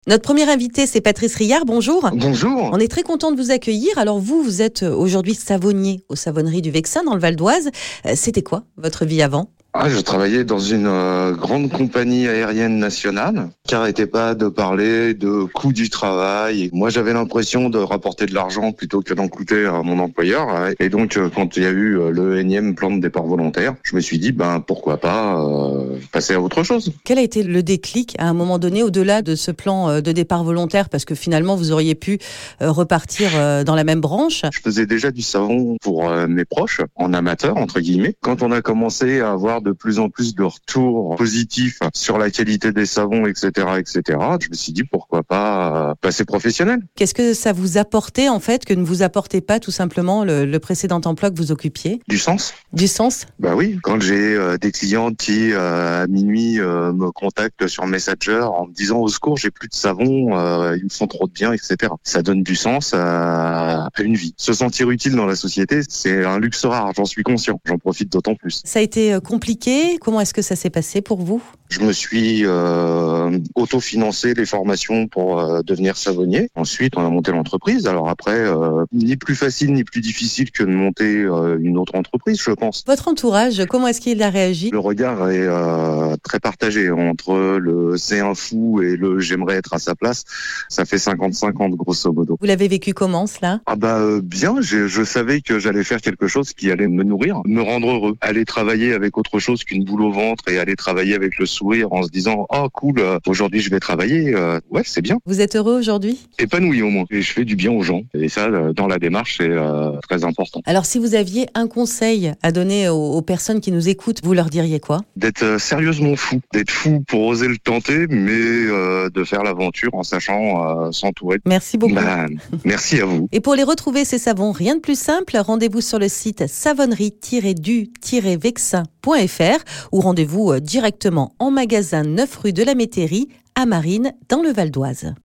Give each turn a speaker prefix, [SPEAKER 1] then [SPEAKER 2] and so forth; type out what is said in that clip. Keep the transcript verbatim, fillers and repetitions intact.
[SPEAKER 1] Notre premier invité, c'est Patrice Riyard. Bonjour.
[SPEAKER 2] Bonjour.
[SPEAKER 1] On est très content de vous accueillir. Alors vous, vous êtes aujourd'hui savonnier aux savonneries du Vexin dans le Val d'Oise. Euh, C'était quoi votre vie avant ?
[SPEAKER 2] Ah, je travaillais dans une euh, grande compagnie aérienne nationale qui n'arrêtait pas de parler de coût du travail. Et moi, j'avais l'impression de rapporter de l'argent plutôt que d'en coûter à mon employeur. Et donc, euh, quand il y a eu euh, le énième plan de départ volontaire, je me suis dit, ben pourquoi pas euh, passer à autre chose.
[SPEAKER 1] Quel a été le déclic à un moment donné, au-delà de ce plan de départ volontaire, parce que finalement, vous auriez pu euh, repartir euh, dans la même branche ?
[SPEAKER 2] Je faisais déjà du savon pour euh, mes proches, en amateur, entre guillemets. Quand on a commencé à avoir de plus en plus de retours positifs sur la qualité des savons, et cetera, et cetera, je me suis dit pourquoi pas passer professionnel.
[SPEAKER 1] Qu'est-ce que ça vous apportait en fait que ne vous apportait pas tout simplement le, le précédent emploi que vous occupiez ?
[SPEAKER 2] Du sens.
[SPEAKER 1] Du sens ?
[SPEAKER 2] Bah oui, quand j'ai euh, des clients qui euh, à minuit euh, me contactent sur Messenger en me disant au secours, j'ai plus de savon, euh, ils me font trop de bien, et cetera. Ça donne du sens à, à une vie. Se sentir utile dans la société, c'est un luxe rare, j'en suis conscient. J'en profite d'autant plus.
[SPEAKER 1] Ça a été compliqué ? Comment est-ce que ça s'est passé pour vous ?
[SPEAKER 2] Je me suis euh, autofinancé les formations pour euh, devenir savonnier. Ensuite, on a monté l'entreprise. Alors après, euh, ni plus facile ni plus difficile que de monter euh, une autre entreprise, je pense.
[SPEAKER 1] Votre entourage, comment est-ce qu'il a réagi ?
[SPEAKER 2] Le regard est euh, très partagé entre le c'est un fou et le j'aimerais être à sa place. Ça fait cinquante cinquante grosso modo.
[SPEAKER 1] Vous l'avez vécu comment cela ?
[SPEAKER 2] Ah bah euh, bien, je, je savais que j'allais faire quelque chose qui allait me nourrir, me rendre heureux. Aller travailler avec autre chose qu'une boule au ventre et aller travailler avec le sourire en se disant oh cool, euh, aujourd'hui je vais travailler, euh, ouais c'est bien.
[SPEAKER 1] Vous êtes heureux aujourd'hui ?
[SPEAKER 2] Épanoui au moins. Et je fais du bien aux gens. Et ça, euh, dans la démarche, c'est euh, très important.
[SPEAKER 1] Alors si vous aviez un conseil à donner aux, aux personnes qui nous écoutent, vous leur diriez quoi ?
[SPEAKER 2] D'être euh, sérieusement fou. D'être fou pour oser le tenter, mais euh, de faire l'aventure en sachant euh, s'entourer.
[SPEAKER 1] Merci beaucoup.
[SPEAKER 2] Bah, merci à vous.
[SPEAKER 1] Et pour les retrouver, ces savons, rien de plus simple, rendez-vous sur le site savonnerie tiret du tiret vexin point f r ou rendez-vous directement en magasin neuf rue de la Métairie à Marines dans le Val d'Oise.